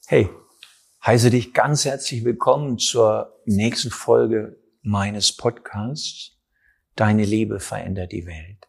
Hey, heiße dich ganz herzlich willkommen zur nächsten Folge meines Podcasts. Deine Liebe verändert die Welt.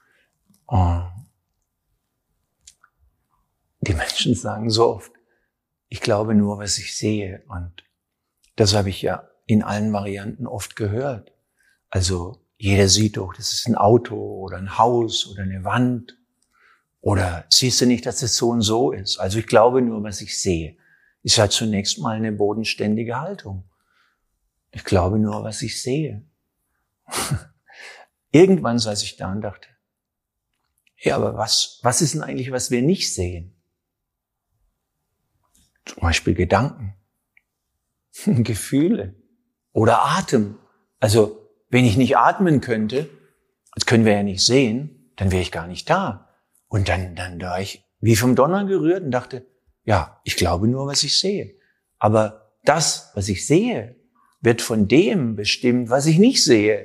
Die Menschen sagen so oft, ich glaube nur, was ich sehe. Und das habe ich ja in allen Varianten oft gehört. Also jeder sieht doch, das ist ein Auto oder ein Haus oder eine Wand. Oder siehst du nicht, dass es so und so ist? Also ich glaube nur, was ich sehe. Ist halt zunächst mal eine bodenständige Haltung. Ich glaube nur, was ich sehe. Irgendwann saß ich da und dachte, ja, aber was ist denn eigentlich, was wir nicht sehen? Zum Beispiel Gedanken, Gefühle oder Atem. Also wenn ich nicht atmen könnte, das können wir ja nicht sehen, dann wäre ich gar nicht da. Und dann war ich wie vom Donner gerührt und dachte, ja, ich glaube nur, was ich sehe. Aber das, was ich sehe, wird von dem bestimmt, was ich nicht sehe.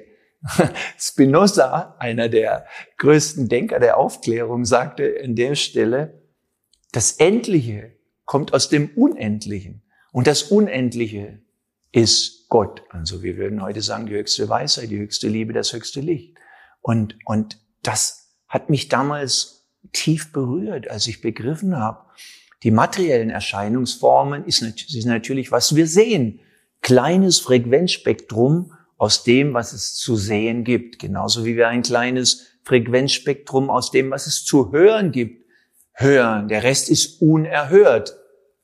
Spinoza, einer der größten Denker der Aufklärung, sagte an der Stelle, das Endliche kommt aus dem Unendlichen. Und das Unendliche ist Gott. Also wir würden heute sagen, die höchste Weisheit, die höchste Liebe, das höchste Licht. Und das hat mich damals tief berührt, als ich begriffen habe, die materiellen Erscheinungsformen sind natürlich, was wir sehen. Kleines Frequenzspektrum aus dem, was es zu sehen gibt. Genauso wie wir ein kleines Frequenzspektrum aus dem, was es zu hören gibt, hören. Der Rest ist unerhört.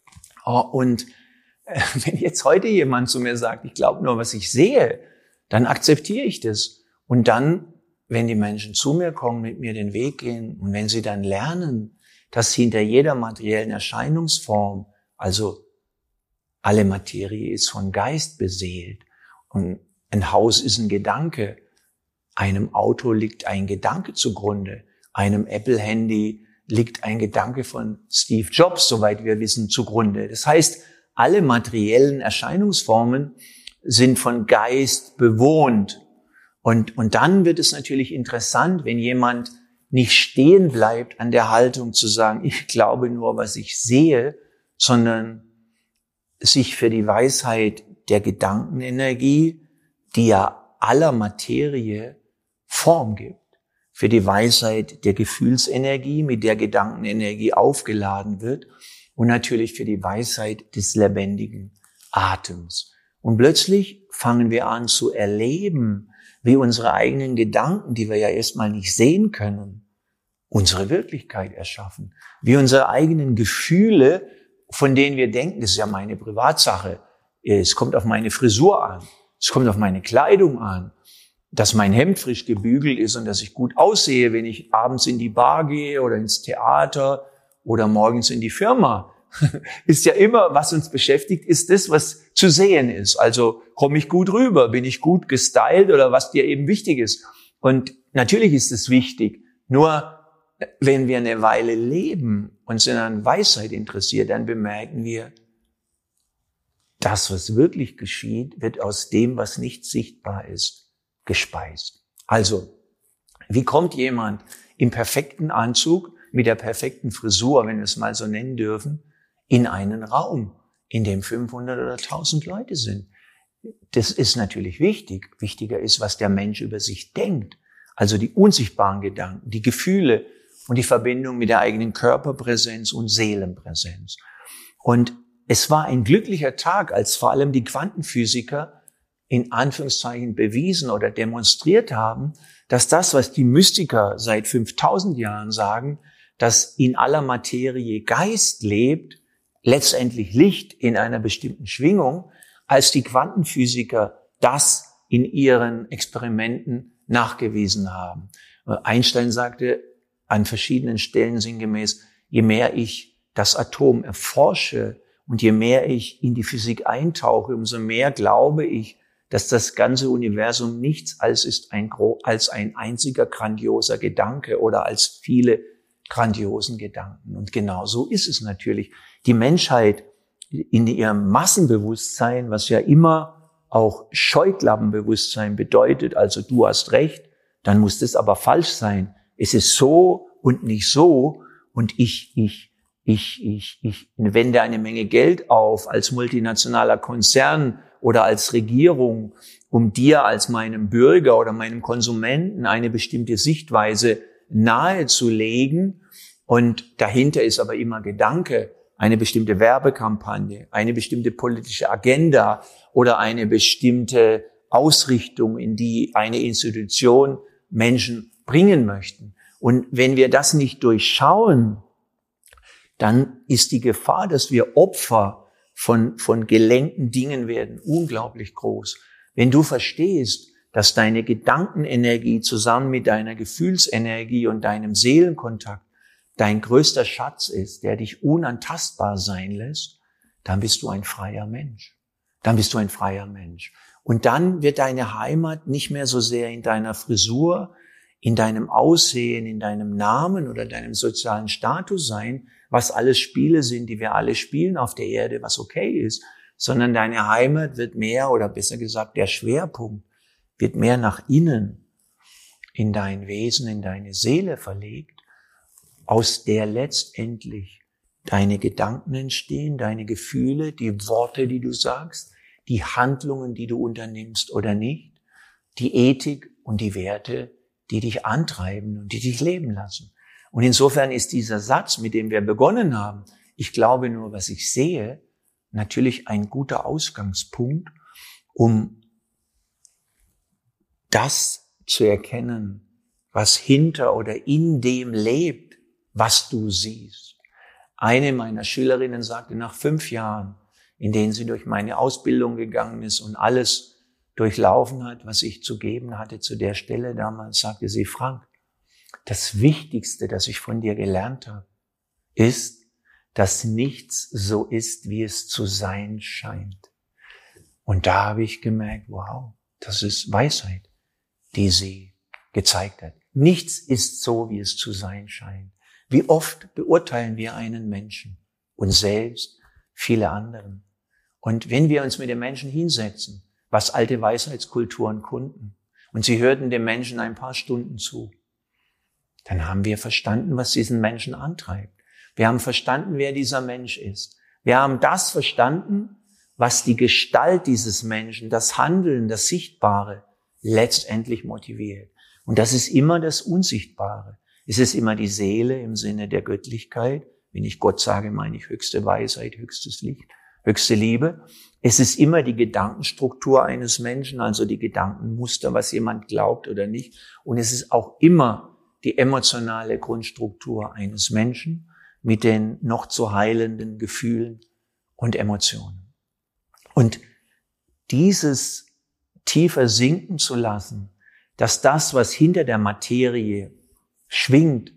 Und wenn jetzt heute jemand zu mir sagt, ich glaube nur, was ich sehe, dann akzeptiere ich das. Und dann, wenn die Menschen zu mir kommen, mit mir den Weg gehen und wenn sie dann lernen, dass hinter jeder materiellen Erscheinungsform, also alle Materie ist von Geist beseelt und ein Haus ist ein Gedanke, einem Auto liegt ein Gedanke zugrunde, einem Apple-Handy liegt ein Gedanke von Steve Jobs, soweit wir wissen, zugrunde. Das heißt, alle materiellen Erscheinungsformen sind von Geist bewohnt. Und dann wird es natürlich interessant, wenn jemand nicht stehen bleibt an der Haltung zu sagen, ich glaube nur, was ich sehe, sondern sich für die Weisheit der Gedankenenergie, die ja aller Materie Form gibt, für die Weisheit der Gefühlsenergie, mit der Gedankenenergie aufgeladen wird und natürlich für die Weisheit des lebendigen Atems. Und plötzlich fangen wir an zu erleben, wie unsere eigenen Gedanken, die wir ja erstmal nicht sehen können, unsere Wirklichkeit erschaffen. Wie unsere eigenen Gefühle, von denen wir denken, das ist ja meine Privatsache, es kommt auf meine Frisur an, es kommt auf meine Kleidung an, dass mein Hemd frisch gebügelt ist und dass ich gut aussehe, wenn ich abends in die Bar gehe oder ins Theater oder morgens in die Firma. Ist ja immer, was uns beschäftigt, ist das, was zu sehen ist. Also komme ich gut rüber, bin ich gut gestylt oder was dir eben wichtig ist. Und natürlich ist es wichtig, nur wenn wir eine Weile leben und sind an Weisheit interessiert, dann bemerken wir, das, was wirklich geschieht, wird aus dem, was nicht sichtbar ist, gespeist. Also, wie kommt jemand im perfekten Anzug, mit der perfekten Frisur, wenn wir es mal so nennen dürfen, in einen Raum, in dem 500 oder 1000 Leute sind? Das ist natürlich wichtig. Wichtiger ist, was der Mensch über sich denkt. Also die unsichtbaren Gedanken, die Gefühle und die Verbindung mit der eigenen Körperpräsenz und Seelenpräsenz. Und es war ein glücklicher Tag, als vor allem die Quantenphysiker in Anführungszeichen bewiesen oder demonstriert haben, dass das, was die Mystiker seit 5000 Jahren sagen, dass in aller Materie Geist lebt, letztendlich Licht in einer bestimmten Schwingung, als die Quantenphysiker das in ihren Experimenten nachgewiesen haben. Einstein sagte an verschiedenen Stellen sinngemäß, je mehr ich das Atom erforsche und je mehr ich in die Physik eintauche, umso mehr glaube ich, dass das ganze Universum nichts als ist als ein einziger grandioser Gedanke oder als viele grandiosen Gedanken. Und genau so ist es natürlich. Die Menschheit in ihrem Massenbewusstsein, was ja immer auch Scheuklappenbewusstsein bedeutet, also du hast recht, dann muss das aber falsch sein. Es ist so und nicht so und ich Ich wende eine Menge Geld auf als multinationaler Konzern oder als Regierung, um dir als meinem Bürger oder meinem Konsumenten eine bestimmte Sichtweise nahezulegen. Und dahinter ist aber immer Gedanke, eine bestimmte Werbekampagne, eine bestimmte politische Agenda oder eine bestimmte Ausrichtung, in die eine Institution Menschen bringen möchten. Und wenn wir das nicht durchschauen, dann ist die Gefahr, dass wir Opfer von gelenkten Dingen werden, unglaublich groß. Wenn du verstehst, dass deine Gedankenenergie zusammen mit deiner Gefühlsenergie und deinem Seelenkontakt dein größter Schatz ist, der dich unantastbar sein lässt, dann bist du ein freier Mensch. Dann bist du ein freier Mensch. Und dann wird deine Heimat nicht mehr so sehr in deiner Frisur, in deinem Aussehen, in deinem Namen oder deinem sozialen Status sein, was alles Spiele sind, die wir alle spielen auf der Erde, was okay ist, sondern deine Heimat wird mehr, oder besser gesagt, der Schwerpunkt wird mehr nach innen, in dein Wesen, in deine Seele verlegt, aus der letztendlich deine Gedanken entstehen, deine Gefühle, die Worte, die du sagst, die Handlungen, die du unternimmst oder nicht, die Ethik und die Werte, die dich antreiben und die dich leben lassen. Und insofern ist dieser Satz, mit dem wir begonnen haben, ich glaube nur, was ich sehe, natürlich ein guter Ausgangspunkt, um das zu erkennen, was hinter oder in dem lebt, was du siehst. Eine meiner Schülerinnen sagte nach 5 Jahren, in denen sie durch meine Ausbildung gegangen ist und alles durchlaufen hat, was ich zu geben hatte zu der Stelle damals, sagte sie, Frank, das Wichtigste, das ich von dir gelernt habe, ist, dass nichts so ist, wie es zu sein scheint. Und da habe ich gemerkt, wow, das ist Weisheit, die sie gezeigt hat. Nichts ist so, wie es zu sein scheint. Wie oft beurteilen wir einen Menschen, uns selbst, viele anderen. Und wenn wir uns mit den Menschen hinsetzen, was alte Weisheitskulturen konnten, und sie hörten dem Menschen ein paar Stunden zu, dann haben wir verstanden, was diesen Menschen antreibt. Wir haben verstanden, wer dieser Mensch ist. Wir haben das verstanden, was die Gestalt dieses Menschen, das Handeln, das Sichtbare letztendlich motiviert. Und das ist immer das Unsichtbare. Es ist immer die Seele im Sinne der Göttlichkeit. Wenn ich Gott sage, meine ich höchste Weisheit, höchstes Licht, höchste Liebe. Es ist immer die Gedankenstruktur eines Menschen, also die Gedankenmuster, was jemand glaubt oder nicht. Und es ist auch immer die emotionale Grundstruktur eines Menschen mit den noch zu heilenden Gefühlen und Emotionen. Und dieses tiefer sinken zu lassen, dass das, was hinter der Materie schwingt,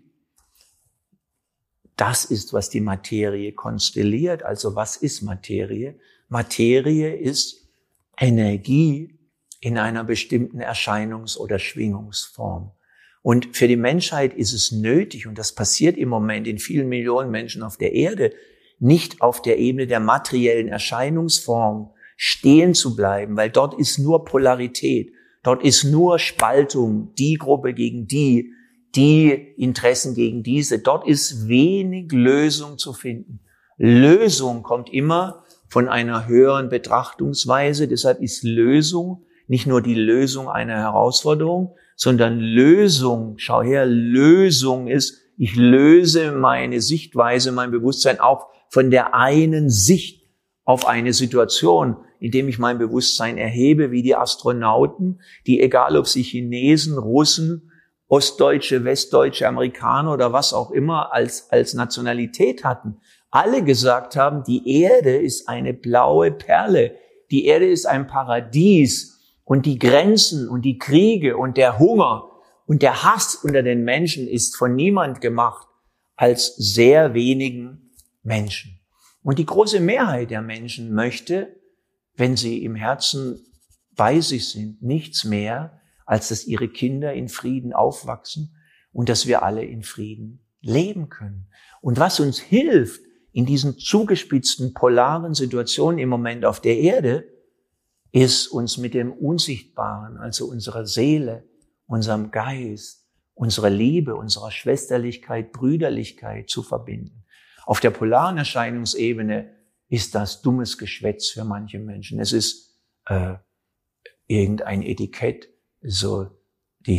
das ist, was die Materie konstelliert. Also was ist Materie? Materie ist Energie in einer bestimmten Erscheinungs- oder Schwingungsform. Und für die Menschheit ist es nötig, und das passiert im Moment in vielen Millionen Menschen auf der Erde, nicht auf der Ebene der materiellen Erscheinungsform stehen zu bleiben, weil dort ist nur Polarität, dort ist nur Spaltung, die Gruppe gegen die Interessen gegen diese. Dort ist wenig Lösung zu finden. Lösung kommt immer von einer höheren Betrachtungsweise, deshalb ist Lösung nicht nur die Lösung einer Herausforderung, sondern Lösung, schau her, Lösung ist, ich löse meine Sichtweise, mein Bewusstsein auch von der einen Sicht auf eine Situation, indem ich mein Bewusstsein erhebe, wie die Astronauten, die, egal ob sie Chinesen, Russen, Ostdeutsche, Westdeutsche, Amerikaner oder was auch immer als Nationalität hatten, alle gesagt haben, die Erde ist eine blaue Perle, die Erde ist ein Paradies, und die Grenzen und die Kriege und der Hunger und der Hass unter den Menschen ist von niemand gemacht als sehr wenigen Menschen. Und die große Mehrheit der Menschen möchte, wenn sie im Herzen bei sich sind, nichts mehr, als dass ihre Kinder in Frieden aufwachsen und dass wir alle in Frieden leben können. Und was uns hilft in diesen zugespitzten polaren Situationen im Moment auf der Erde, ist uns mit dem Unsichtbaren, also unserer Seele, unserem Geist, unserer Liebe, unserer Schwesterlichkeit, Brüderlichkeit zu verbinden. Auf der polaren Erscheinungsebene ist das dummes Geschwätz für manche Menschen. Es ist irgendein Etikett, so die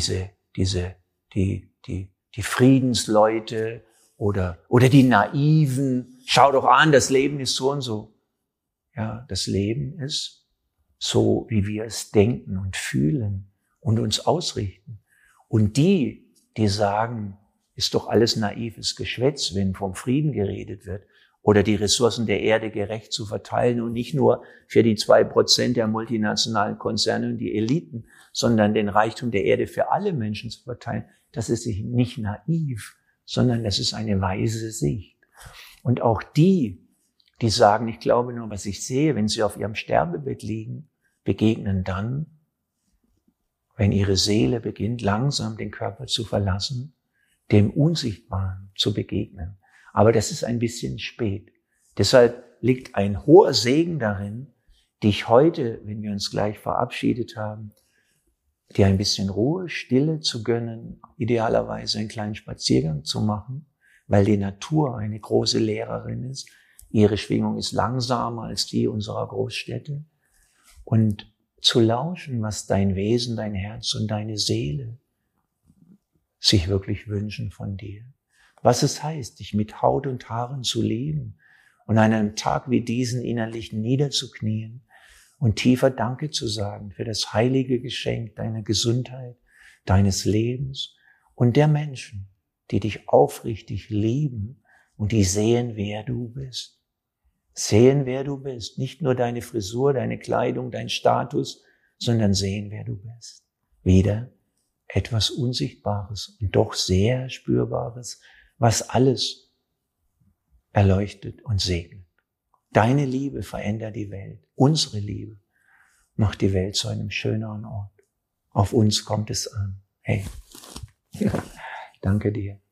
Friedensleute oder die Naiven. Schau doch an, das Leben ist so und so. Ja, das Leben ist so, wie wir es denken und fühlen und uns ausrichten. Und die sagen, ist doch alles naives Geschwätz, wenn vom Frieden geredet wird oder die Ressourcen der Erde gerecht zu verteilen und nicht nur für die 2% der multinationalen Konzerne und die Eliten, sondern den Reichtum der Erde für alle Menschen zu verteilen. Das ist nicht naiv, sondern das ist eine weise Sicht. Und auch die sagen, ich glaube nur, was ich sehe, wenn sie auf ihrem Sterbebett liegen, begegnen dann, wenn ihre Seele beginnt, langsam den Körper zu verlassen, dem Unsichtbaren zu begegnen. Aber das ist ein bisschen spät. Deshalb liegt ein hoher Segen darin, dich heute, wenn wir uns gleich verabschiedet haben, dir ein bisschen Ruhe, Stille zu gönnen, idealerweise einen kleinen Spaziergang zu machen, weil die Natur eine große Lehrerin ist. Ihre Schwingung ist langsamer als die unserer Großstädte. Und zu lauschen, was dein Wesen, dein Herz und deine Seele sich wirklich wünschen von dir. Was es heißt, dich mit Haut und Haaren zu lieben und an einem Tag wie diesen innerlich niederzuknien und tiefer Danke zu sagen für das heilige Geschenk deiner Gesundheit, deines Lebens und der Menschen, die dich aufrichtig lieben und die sehen, wer du bist. Sehen, wer du bist. Nicht nur deine Frisur, deine Kleidung, dein Status, sondern sehen, wer du bist. Wieder etwas Unsichtbares und doch sehr Spürbares, was alles erleuchtet und segnet. Deine Liebe verändert die Welt. Unsere Liebe macht die Welt zu einem schöneren Ort. Auf uns kommt es an. Hey, danke dir.